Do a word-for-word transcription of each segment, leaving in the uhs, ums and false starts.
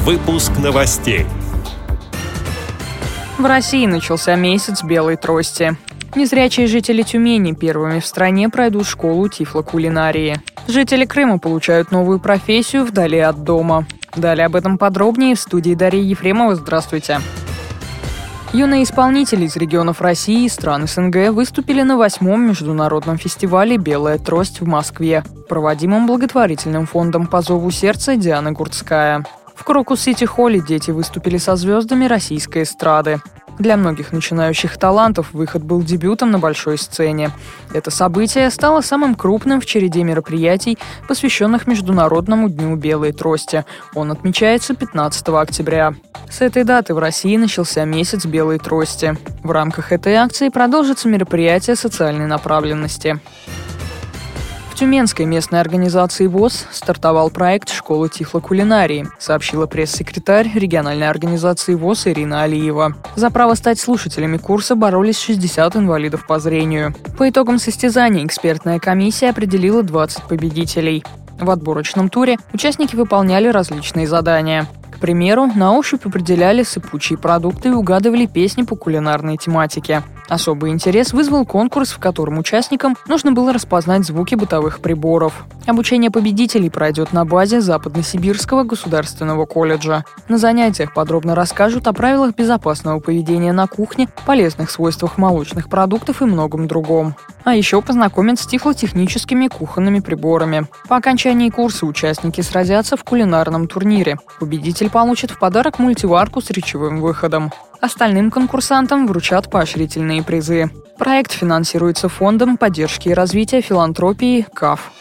Выпуск новостей. В России начался месяц белой трости. Незрячие жители Тюмени первыми в стране пройдут школу тифлокулинарии. Жители Крыма получают новую профессию вдали от дома. Далее об этом подробнее в студии Дарьи Ефремова. Здравствуйте. Юные исполнители из регионов России и стран СНГ выступили на восьмом международном фестивале «Белая трость» в Москве, проводимом благотворительным фондом «По зову сердца» Дианы Гурцкая. В Крокус-Сити-холле дети выступили со звездами российской эстрады. Для многих начинающих талантов выход был дебютом на большой сцене. Это событие стало самым крупным в череде мероприятий, посвященных Международному дню белой трости. Он отмечается пятнадцатого октября. С этой даты в России начался месяц белой трости. В рамках этой акции продолжится мероприятие социальной направленности. В Тюменской местной организации ВОС стартовал проект «Школа тифлокулинарии», сообщила пресс-секретарь региональной организации ВОС Ирина Алиева. За право стать слушателями курса боролись шестьдесят инвалидов по зрению. По итогам состязаний экспертная комиссия определила двадцать победителей. В отборочном туре участники выполняли различные задания. К примеру, на ощупь определяли сыпучие продукты и угадывали песни по кулинарной тематике. Особый интерес вызвал конкурс, в котором участникам нужно было распознать звуки бытовых приборов. Обучение победителей пройдет на базе Западносибирского государственного колледжа. На занятиях подробно расскажут о правилах безопасного поведения на кухне, полезных свойствах молочных продуктов и многом другом. А еще познакомят с тифлотехническими кухонными приборами. По окончании курса участники сразятся в кулинарном турнире. Победитель получит в подарок мультиварку с речевым выходом. Остальным конкурсантам вручат поощрительные призы. Проект финансируется Фондом поддержки и развития филантропии КАФ.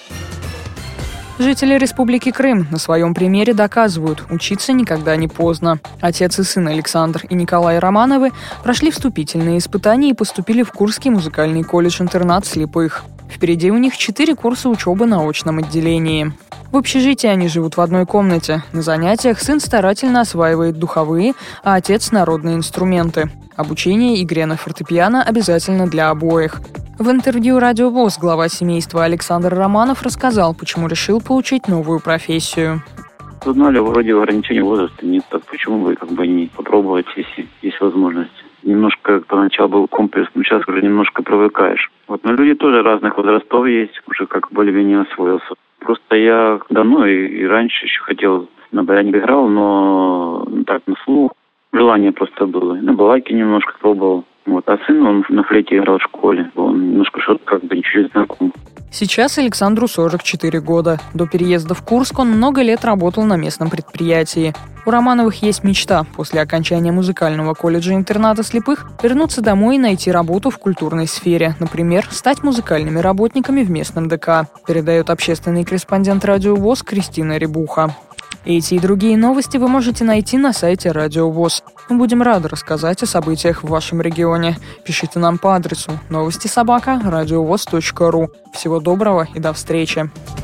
Жители Республики Крым на своем примере доказывают, учиться никогда не поздно. Отец и сын Александр и Николай Романовы прошли вступительные испытания и поступили в Курский музыкальный колледж-интернат слепых. Впереди у них четыре курса учебы на очном отделении. В общежитии они живут в одной комнате. На занятиях сын старательно осваивает духовые, а отец – народные инструменты. Обучение игре на фортепиано обязательно для обоих. В интервью «Радио ВОС» глава семейства Александр Романов рассказал, почему решил получить новую профессию. Узнали, вроде ограничения возраста нет, так почему бы как бы не попробовать, если есть возможность. Немножко поначалу был комплекс, но сейчас уже немножко привыкаешь. Вот, но люди тоже разных возрастов есть, уже как более-менее освоился. Просто я давно и, и раньше еще хотел, на баяне играл, но так на слух. Желание просто было. На балалайке немножко пробовал. Вот. А сын, он на флейте играл в школе. Он немножко что-то как бы чуть-чуть знаком. Сейчас Александру сорок четыре года. До переезда в Курск он много лет работал на местном предприятии. У Романовых есть мечта после окончания музыкального колледжа-интерната слепых вернуться домой и найти работу в культурной сфере. Например, стать музыкальными работниками в местном ДК, передает общественный корреспондент Радио ВОС Кристина Рябуха. Эти и другие новости вы можете найти на сайте Радио ВОС. Мы будем рады рассказать о событиях в вашем регионе. Пишите нам по адресу новости собака радиовос точка ру. Всего доброго и до встречи.